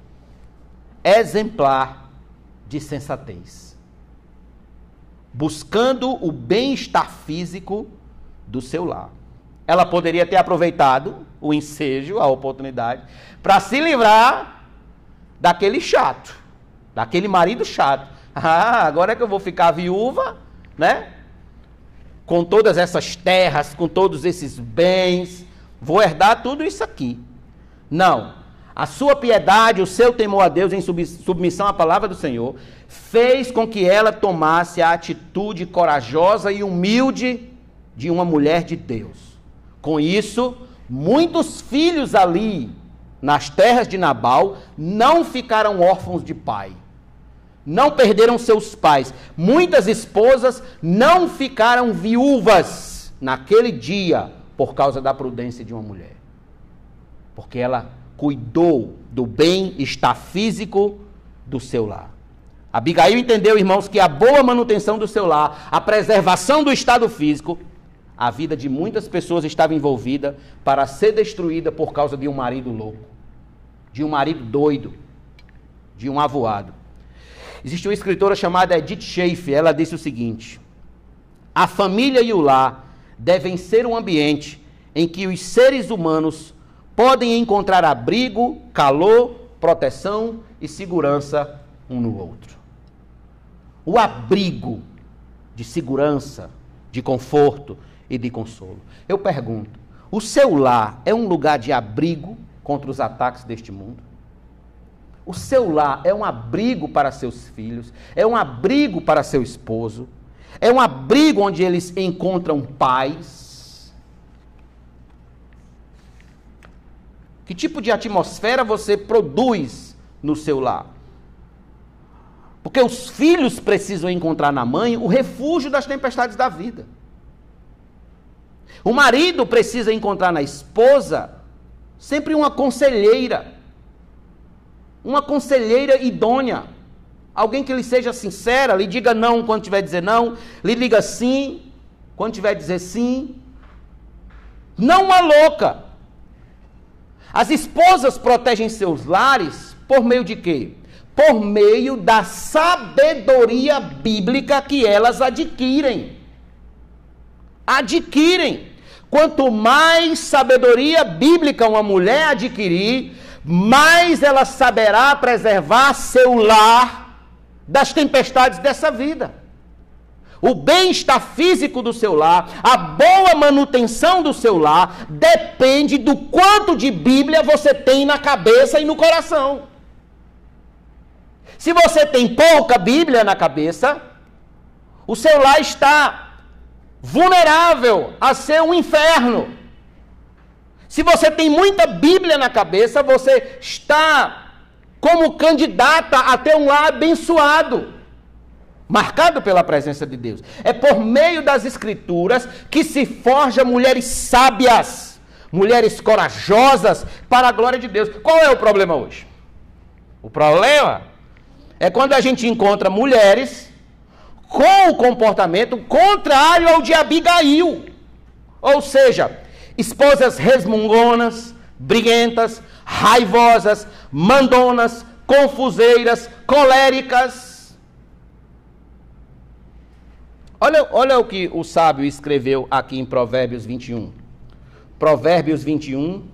exemplar de sensatez, buscando o bem-estar físico do seu lar. Ela poderia ter aproveitado o ensejo, a oportunidade, para se livrar daquele chato, daquele marido chato. Ah, agora é que eu vou ficar viúva, né? Com todas essas terras, com todos esses bens, vou herdar tudo isso aqui. Não. A sua piedade, o seu temor a Deus em submissão à palavra do Senhor, fez com que ela tomasse a atitude corajosa e humilde de uma mulher de Deus. Com isso, muitos filhos ali, nas terras de Nabal, não ficaram órfãos de pai. Não perderam seus pais. Muitas esposas não ficaram viúvas naquele dia por causa da prudência de uma mulher. Porque ela cuidou do bem-estar físico do seu lar. Abigail entendeu, irmãos, que a boa manutenção do seu lar, a preservação do estado físico, a vida de muitas pessoas estava envolvida para ser destruída por causa de um marido louco, de um marido doido, de um avoado. Existe uma escritora chamada Edith Schaefer, ela disse o seguinte: a família e o lar devem ser um ambiente em que os seres humanos podem encontrar abrigo, calor, proteção e segurança um no outro. O abrigo de segurança, de conforto e de consolo. Eu pergunto, o seu lar é um lugar de abrigo contra os ataques deste mundo? O seu lar é um abrigo para seus filhos? É um abrigo para seu esposo? É um abrigo onde eles encontram paz? Que tipo de atmosfera você produz no seu lar? Porque os filhos precisam encontrar na mãe o refúgio das tempestades da vida. O marido precisa encontrar na esposa sempre uma conselheira idônea. Alguém que lhe seja sincera, lhe diga não quando tiver dizer não, lhe diga sim quando tiver dizer sim. Não uma louca. As esposas protegem seus lares por meio de quê? Por meio da sabedoria bíblica que elas adquirem. Quanto mais sabedoria bíblica uma mulher adquirir, mais ela saberá preservar seu lar das tempestades dessa vida. O bem-estar físico do seu lar, a boa manutenção do seu lar, depende do quanto de Bíblia você tem na cabeça e no coração. Se você tem pouca Bíblia na cabeça, o seu lar está vulnerável a ser um inferno. Se você tem muita Bíblia na cabeça, você está como candidata a ter um lar abençoado, marcado pela presença de Deus. É por meio das Escrituras que se forja mulheres sábias, mulheres corajosas para a glória de Deus. Qual é o problema hoje? O problema é quando a gente encontra mulheres com o comportamento contrário ao de Abigail. Ou seja, esposas resmungonas, briguentas, raivosas, mandonas, confuseiras, coléricas. Olha o que o sábio escreveu aqui em Provérbios 21. Provérbios 21.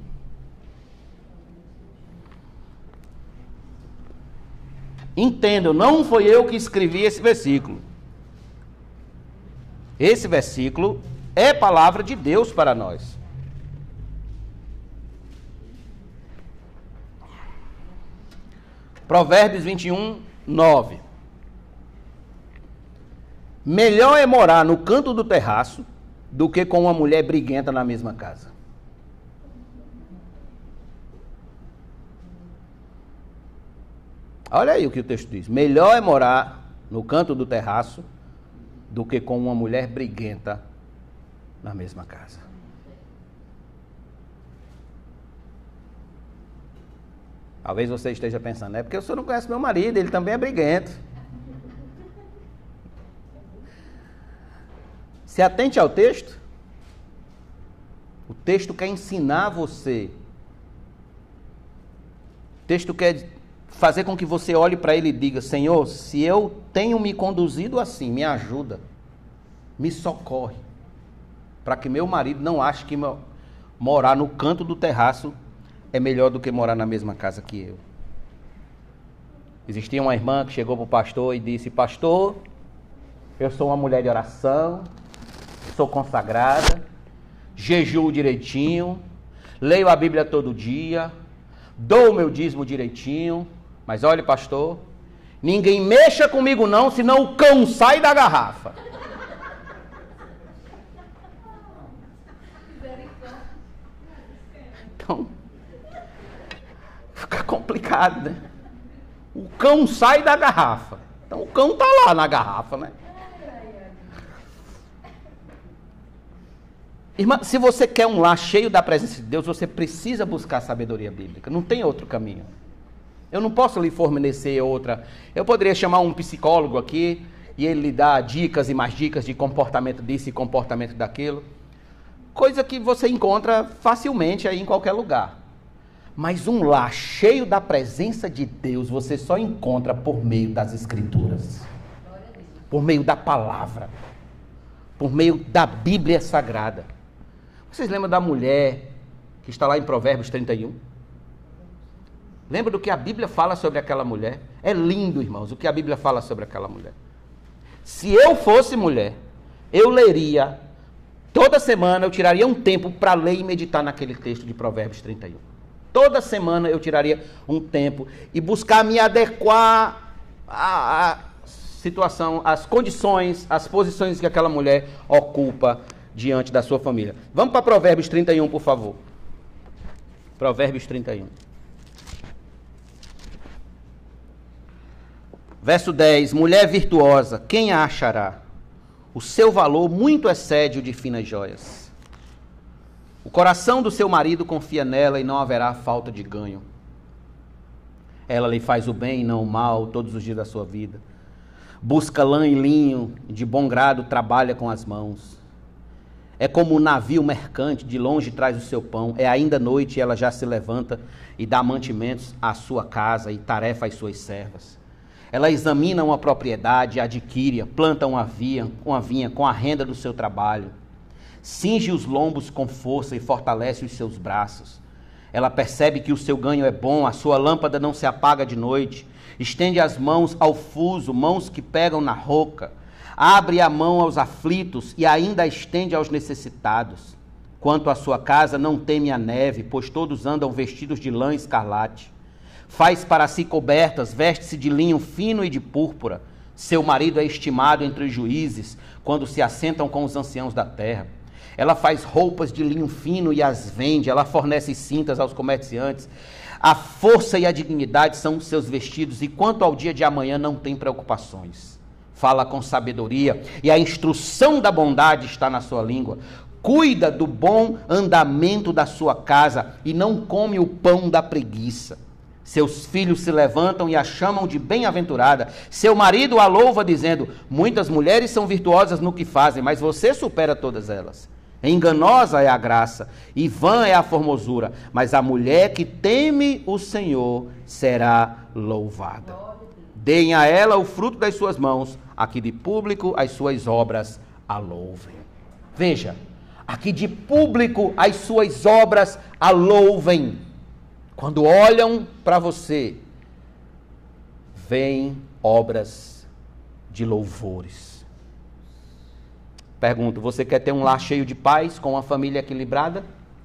Entendam, não foi eu que escrevi esse versículo. Esse versículo é palavra de Deus para nós. Provérbios 21, 9. Melhor é morar no canto do terraço do que com uma mulher briguenta na mesma casa. Olha aí o que o texto diz. Melhor é morar no canto do terraço do que com uma mulher briguenta na mesma casa. Talvez você esteja pensando, é porque o senhor não conhece meu marido, ele também é briguento. Se atente ao texto. O texto quer ensinar você. O texto quer fazer com que você olhe para ele e diga: Senhor, se eu tenho me conduzido assim, me ajuda, me socorre, para que meu marido não ache que morar no canto do terraço é melhor do que morar na mesma casa que eu. Existia uma irmã que chegou para o pastor e disse: pastor, eu sou uma mulher de oração, sou consagrada, jejuo direitinho, leio a Bíblia todo dia, dou o meu dízimo direitinho, mas olha, pastor, ninguém mexa comigo não, senão o cão sai da garrafa. Então, fica complicado, né? O cão sai da garrafa. Então o cão está lá na garrafa, né? Irmã, se você quer um lar cheio da presença de Deus, você precisa buscar a sabedoria bíblica. Não tem outro caminho. Eu não posso lhe fornecer outra. Eu poderia chamar um psicólogo aqui e ele lhe dá dicas e mais dicas de comportamento disso e comportamento daquilo. Coisa que você encontra facilmente aí em qualquer lugar. Mas um lar cheio da presença de Deus, você só encontra por meio das Escrituras. Por meio da palavra. Por meio da Bíblia Sagrada. Vocês lembram da mulher que está lá em Provérbios 31? Lembra do que a Bíblia fala sobre aquela mulher? É lindo, irmãos, o que a Bíblia fala sobre aquela mulher. Se eu fosse mulher, eu leria, toda semana eu tiraria um tempo para ler e meditar naquele texto de Provérbios 31. Toda semana eu tiraria um tempo e buscar me adequar à situação, às condições, às posições que aquela mulher ocupa diante da sua família. Vamos para Provérbios 31, por favor. Provérbios 31. Verso 10. Mulher virtuosa, quem a achará? O seu valor muito excede o de finas joias. O coração do seu marido confia nela e não haverá falta de ganho. Ela lhe faz o bem e não o mal todos os dias da sua vida. Busca lã e linho, e de bom grado trabalha com as mãos. É como um navio mercante, de longe traz o seu pão. É ainda noite e ela já se levanta e dá mantimentos à sua casa e tarefa às suas servas. Ela examina uma propriedade, adquire, planta uma vinha com a renda do seu trabalho. Cinge os lombos com força e fortalece os seus braços. Ela percebe que o seu ganho é bom, a sua lâmpada não se apaga de noite. Estende as mãos ao fuso, mãos que pegam na roca. Abre a mão aos aflitos e ainda a estende aos necessitados. Quanto à sua casa, não teme a neve, pois todos andam vestidos de lã escarlate. Faz para si cobertas, veste-se de linho fino e de púrpura. Seu marido é estimado entre os juízes, quando se assentam com os anciãos da terra. Ela faz roupas de linho fino e as vende, ela fornece cintas aos comerciantes. A força e a dignidade são os seus vestidos, e quanto ao dia de amanhã não tem preocupações. Fala com sabedoria, e a instrução da bondade está na sua língua. Cuida do bom andamento da sua casa, e não come o pão da preguiça. Seus filhos se levantam e a chamam de bem-aventurada. Seu marido a louva, dizendo: muitas mulheres são virtuosas no que fazem, mas você supera todas elas. Enganosa é a graça, e vã é a formosura, mas a mulher que teme o Senhor será louvada. Deem a ela o fruto das suas mãos, aqui de público as suas obras a louvem. Veja, aqui de público as suas obras a louvem. Quando olham para você, veem obras de louvores. Pergunto, você quer ter um lar cheio de paz, com uma família equilibrada?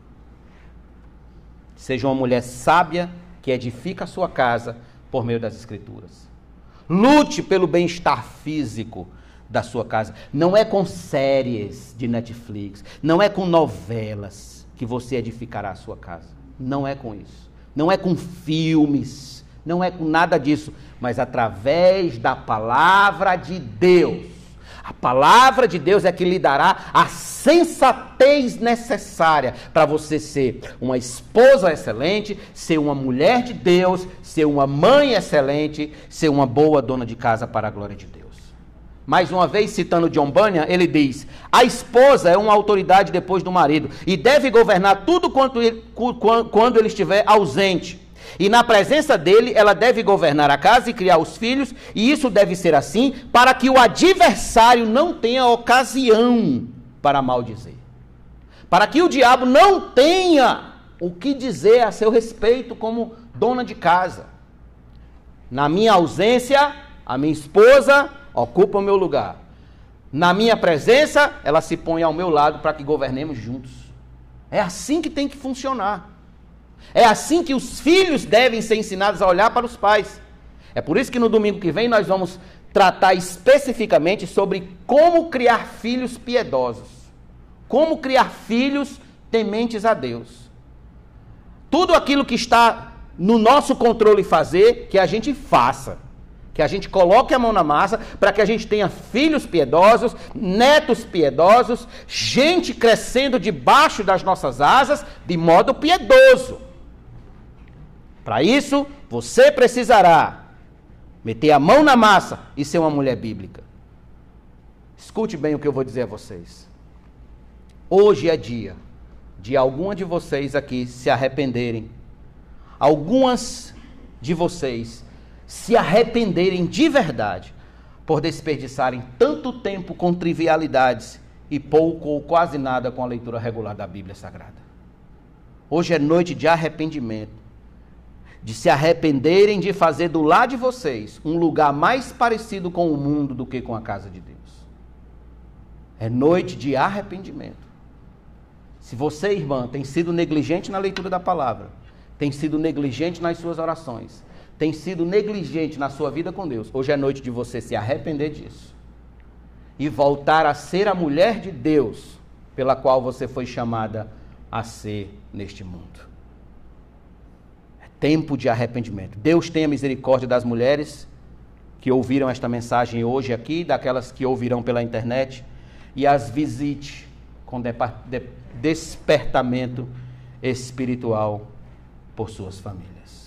Seja uma mulher sábia que edifica a sua casa por meio das Escrituras. Lute pelo bem-estar físico da sua casa. Não é com séries de Netflix, não é com novelas que você edificará a sua casa. Não é com isso. Não é com filmes, não é com nada disso, mas através da palavra de Deus. A palavra de Deus é que lhe dará a sensatez necessária para você ser uma esposa excelente, ser uma mulher de Deus, ser uma mãe excelente, ser uma boa dona de casa para a glória de Deus. Mais uma vez, citando John Bunyan, ele diz: a esposa é uma autoridade depois do marido e deve governar tudo quando ele estiver ausente. E na presença dele, ela deve governar a casa e criar os filhos, e isso deve ser assim para que o adversário não tenha ocasião para maldizer. Para que o diabo não tenha o que dizer a seu respeito como dona de casa. Na minha ausência, a minha esposa ocupa o meu lugar. Na minha presença, ela se põe ao meu lado para que governemos juntos. É assim que tem que funcionar. É assim que os filhos devem ser ensinados a olhar para os pais. É por isso que no domingo que vem nós vamos tratar especificamente sobre como criar filhos piedosos. Como criar filhos tementes a Deus. Tudo aquilo que está no nosso controle fazer, que a gente faça. Que a gente coloque a mão na massa para que a gente tenha filhos piedosos, netos piedosos, gente crescendo debaixo das nossas asas de modo piedoso. Para isso, você precisará meter a mão na massa e ser uma mulher bíblica. Escute bem o que eu vou dizer a vocês. Hoje é dia de alguma de vocês aqui se arrependerem. Algumas de vocês se arrependerem de verdade por desperdiçarem tanto tempo com trivialidades e pouco ou quase nada com a leitura regular da Bíblia Sagrada. Hoje é noite de arrependimento, de se arrependerem de fazer do lar de vocês um lugar mais parecido com o mundo do que com a casa de Deus. É noite de arrependimento. Se você, irmã, tem sido negligente na leitura da palavra, tem sido negligente nas suas orações, tem sido negligente na sua vida com Deus, hoje é noite de você se arrepender disso e voltar a ser a mulher de Deus pela qual você foi chamada a ser neste mundo. É tempo de arrependimento. Deus tenha misericórdia das mulheres que ouviram esta mensagem hoje aqui, daquelas que ouvirão pela internet, e as visite com despertamento espiritual por suas famílias.